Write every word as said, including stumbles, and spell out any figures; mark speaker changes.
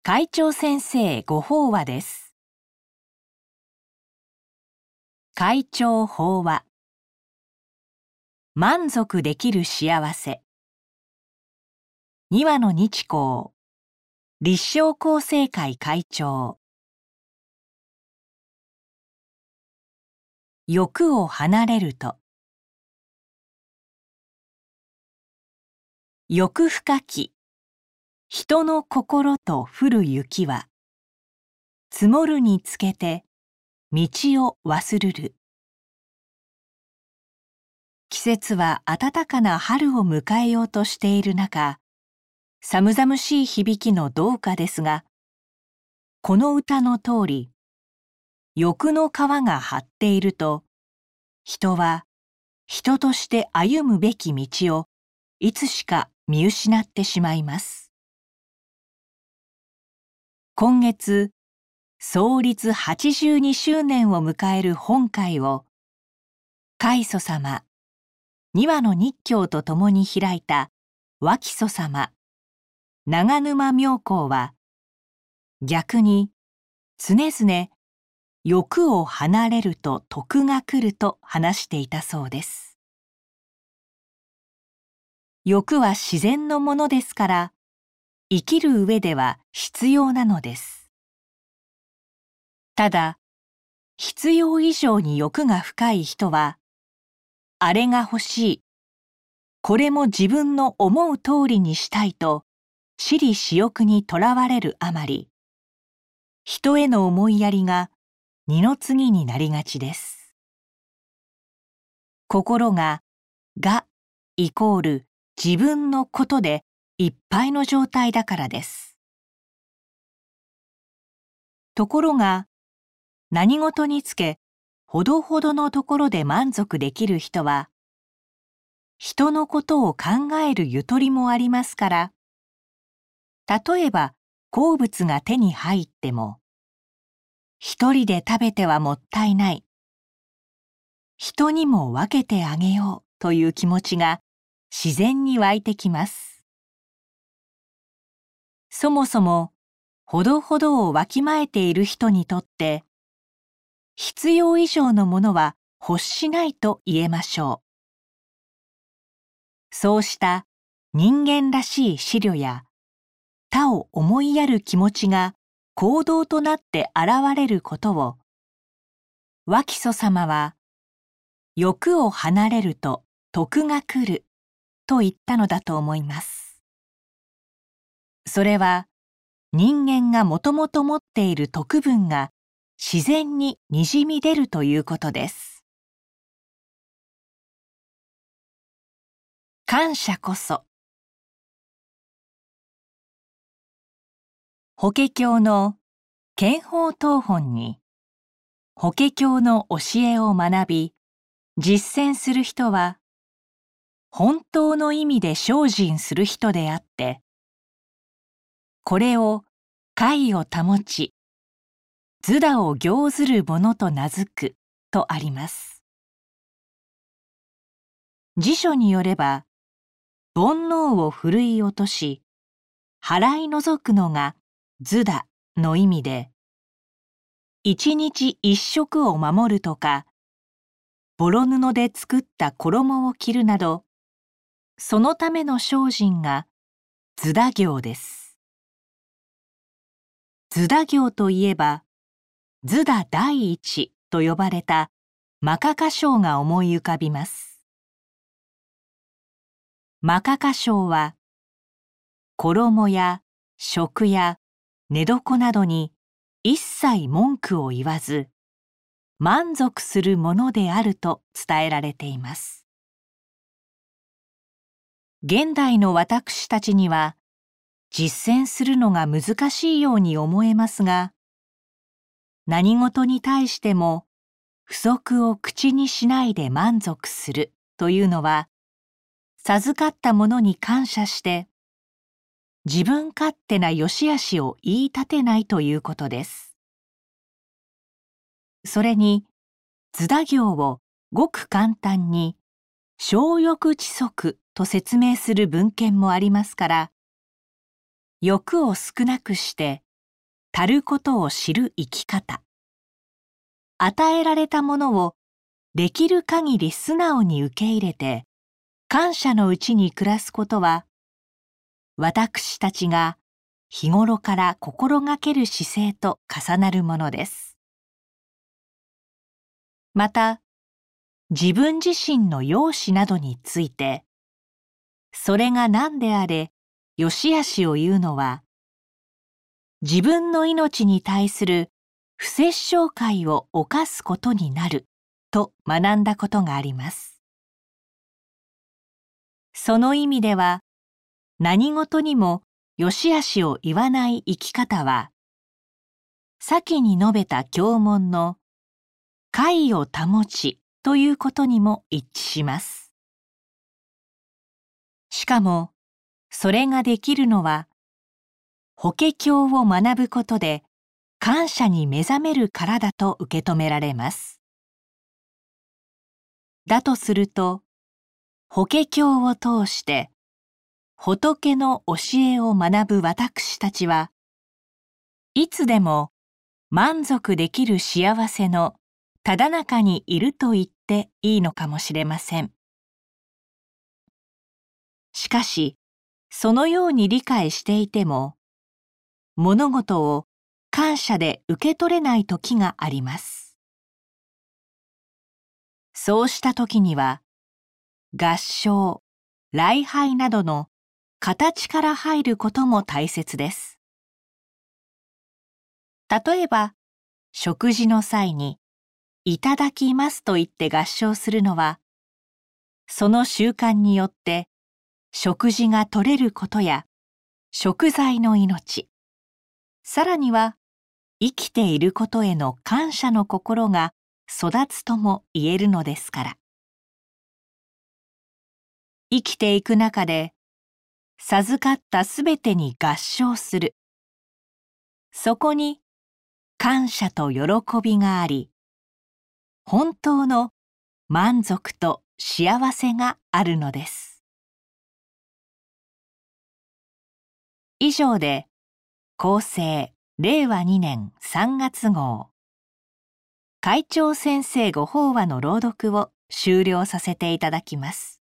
Speaker 1: 会長先生ご法話です。会長法話。満足できる幸せ。庭野日光、立正厚生会会長。欲を離れると。欲深き、人の心と降る雪は、積もるにつけて、道を忘るる。季節は暖かな春を迎えようとしている中、寒々しい響きの同歌ですが、この歌の通り、欲の皮が張っていると、人は人として歩むべき道をいつしか見失ってしまいます。今月、創立はちじゅうにしゅうねんを迎える本会を、開祖様、庭野日教と共に開いた脇祖様、長沼妙高は、逆に常々欲を離れると徳が来ると話していたそうです。欲は自然のものですから、生きる上では必要なのです。ただ、必要以上に欲が深い人は、あれが欲しい、これも自分の思う通りにしたいと、私利私欲にとらわれるあまり、人への思いやりが二の次になりがちです。心が、が、イコール自分のことでいっぱいの状態だからです。ところが、何事につけ、ほどほどのところで満足できる人は、人のことを考えるゆとりもありますから、例えば好物が手に入っても、一人で食べてはもったいない、人にも分けてあげようという気持ちが自然に湧いてきます。そもそも、ほどほどをわきまえている人にとって、必要以上のものは欲しないと言えましょう。そうした人間らしい思慮や他を思いやる気持ちが行動となって現れることを、脇祖様は欲を離れると徳が来ると言ったのだと思います。それは人間がもともと持っている徳分が自然ににじみ出るということです。感謝こそ。法華経の憲法答本に、法華経の教えを学び、実践する人は、本当の意味で精進する人であって、これを戒を保ち、図陀を行ずる者と名付くとあります。辞書によれば、煩悩をふるい落とし、払い除くのが図陀の意味で、一日一食を守るとか、ボロ布で作った衣を着るなど、そのための精進が図陀行です。図陀行といえば、図陀第一と呼ばれたマカカ賞が思い浮かびます。マカカ賞は、衣や食や寝床などに一切文句を言わず、満足するものであると伝えられています。現代の私たちには、実践するのが難しいように思えますが、何事に対しても不足を口にしないで満足するというのは、授かったものに感謝して、自分勝手な良し悪しを言い立てないということです。それに、図陀行をごく簡単に、生欲知足と説明する文献もありますから、欲を少なくして足ることを知る生き方。与えられたものをできる限り素直に受け入れて、感謝のうちに暮らすことは、私たちが日頃から心がける姿勢と重なるものです。また、自分自身の容姿などについて、それが何であれ、よしあしを言うのは、自分の命に対する不殺生戒を犯すことになると学んだことがあります。その意味では、何事にもよしあしを言わない生き方は、先に述べた経文の戒を保ちということにも一致します。しかも、それができるのは、法華経を学ぶことで感謝に目覚めるからだと受け止められます。だとすると、法華経を通して仏の教えを学ぶ私たちは、いつでも満足できる幸せのただ中にいると言っていいのかもしれません。しかし、そのように理解していても、物事を感謝で受け取れない時があります。そうした時には、合唱、礼拝などの形から入ることも大切です。例えば、食事の際に、いただきますと言って合唱するのは、その習慣によって食事が取れることや食材の命、さらには生きていることへの感謝の心が育つとも言えるのですから。生きていく中で授かったすべてに合唱する。そこに感謝と喜びがあり、本当の満足と幸せがあるのです。以上で、厚生れいわにねんさんがつ号、会長先生ご法話の朗読を終了させていただきます。